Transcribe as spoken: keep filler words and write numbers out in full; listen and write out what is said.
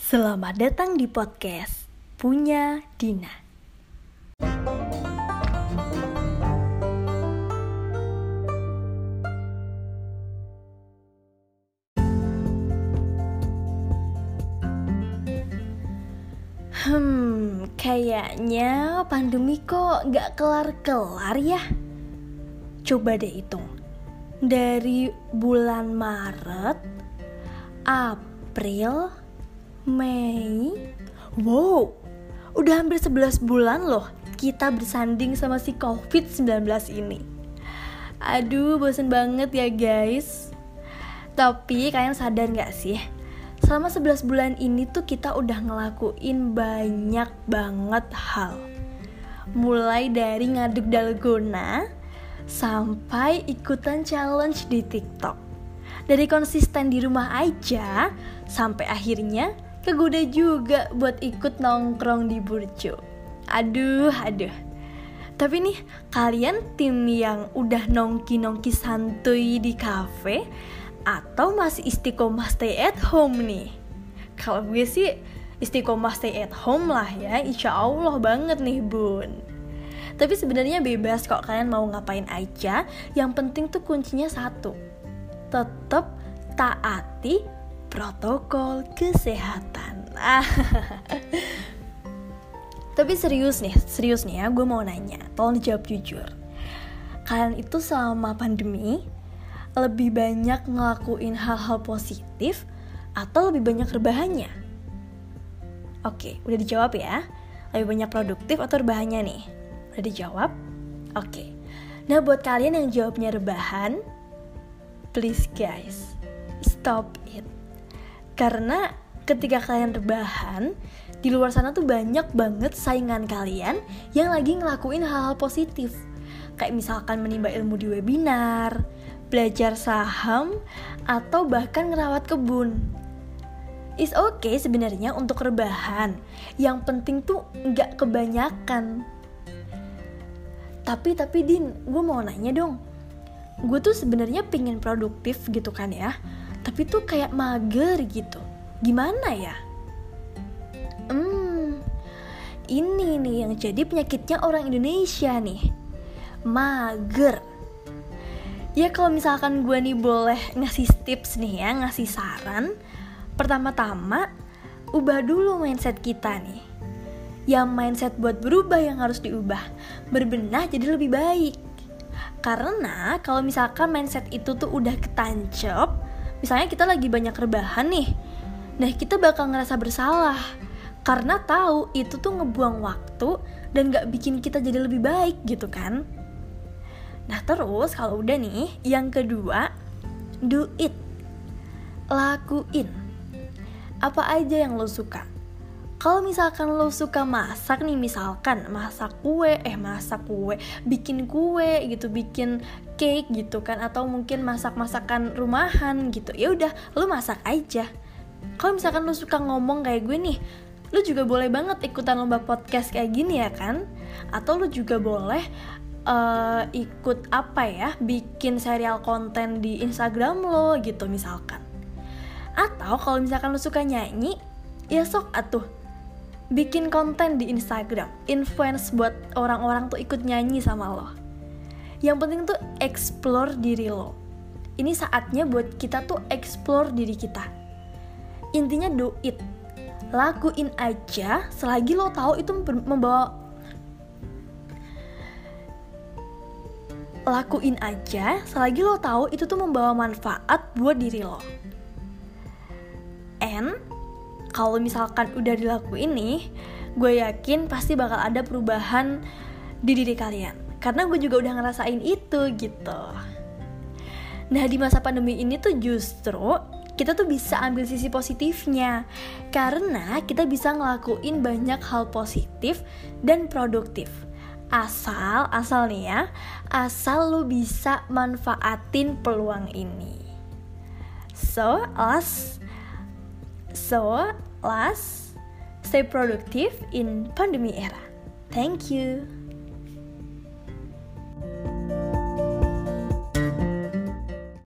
Selamat datang di podcast Punya Dina. Hmm, kayaknya pandemi kok gak kelar-kelar ya. Coba deh hitung. Dari bulan Maret, April, Mei, wow, udah hampir sebelas bulan loh kita bersanding sama si covid sembilan belas ini. Aduh, bosen banget ya guys. Tapi kalian sadar gak sih, selama sebelas bulan ini tuh kita udah ngelakuin banyak banget hal. Mulai dari ngaduk dalgona sampai ikutan challenge di TikTok. Dari konsisten di rumah aja sampai akhirnya kegoda juga buat ikut nongkrong di burjo. Aduh, aduh. Tapi nih, kalian tim yang udah nongki-nongki santuy di kafe atau masih istiqomah stay at home nih? Kalau gue sih istiqomah stay at home lah ya, insya Allah banget nih bun. Tapi sebenarnya bebas kok kalian mau ngapain aja. Yang penting tuh kuncinya satu, tetap taati protokol kesehatan. Tapi serius nih, serius nih ya, gue mau nanya, tolong dijawab jujur. Kalian itu selama pandemi lebih banyak ngelakuin hal-hal positif atau lebih banyak rebahannya? Oke, udah dijawab ya. Lebih banyak produktif atau rebahannya nih? Udah dijawab? Oke. Nah, buat kalian yang jawabnya rebahan, please guys, stop it. Karena ketika kalian rebahan, di luar sana tuh banyak banget saingan kalian yang lagi ngelakuin hal-hal positif. Kayak misalkan menimba ilmu di webinar, belajar saham, atau bahkan ngerawat kebun. It's okay sebenarnya untuk rebahan. Yang penting tuh gak kebanyakan. Tapi, tapi Din, gue mau nanya dong. Gue tuh sebenarnya pingin produktif gitu kan ya, tapi tuh kayak mager gitu. Gimana ya? Hmm, ini nih yang jadi penyakitnya orang Indonesia nih, mager. Ya kalau misalkan gue nih boleh ngasih tips nih ya, ngasih saran. Pertama-tama, ubah dulu mindset kita nih. Yang mindset buat berubah yang harus diubah, berbenah jadi lebih baik. Karena kalau misalkan mindset itu tuh udah ketancep, misalnya kita lagi banyak rebahan nih, nah kita bakal ngerasa bersalah karena tahu itu tuh ngebuang waktu dan gak bikin kita jadi lebih baik gitu kan. Nah terus kalau udah nih, yang kedua, do it. Lakuin apa aja yang lo suka. Kalau misalkan lo suka masak nih, misalkan masak kue, eh masak kue, bikin kue gitu, bikin cake gitu kan, atau mungkin masak-masakan rumahan gitu, ya udah lo masak aja. Kalau misalkan lo suka ngomong kayak gue nih, lo juga boleh banget ikutan lomba podcast kayak gini ya kan? Atau lo juga boleh uh, ikut apa ya, bikin serial konten di Instagram lo gitu misalkan. Atau kalau misalkan lo suka nyanyi, ya sok atuh bikin konten di Instagram, influence buat orang-orang tuh ikut nyanyi sama lo. Yang penting tuh explore diri lo. Ini saatnya buat kita tuh explore diri kita. Intinya do it. Lakuin aja selagi lo tahu itu membawa Lakuin aja selagi lo tahu itu tuh membawa manfaat buat diri lo. And kalau misalkan udah dilakuin nih, gue yakin pasti bakal ada perubahan di diri kalian. Karena gue juga udah ngerasain itu gitu. Nah di masa pandemi ini tuh justru kita tuh bisa ambil sisi positifnya. Karena kita bisa ngelakuin banyak hal positif dan produktif. Asal, asal nih ya, asal lo bisa manfaatin peluang ini. So, us So, last, stay productive in pandemic era. Thank you.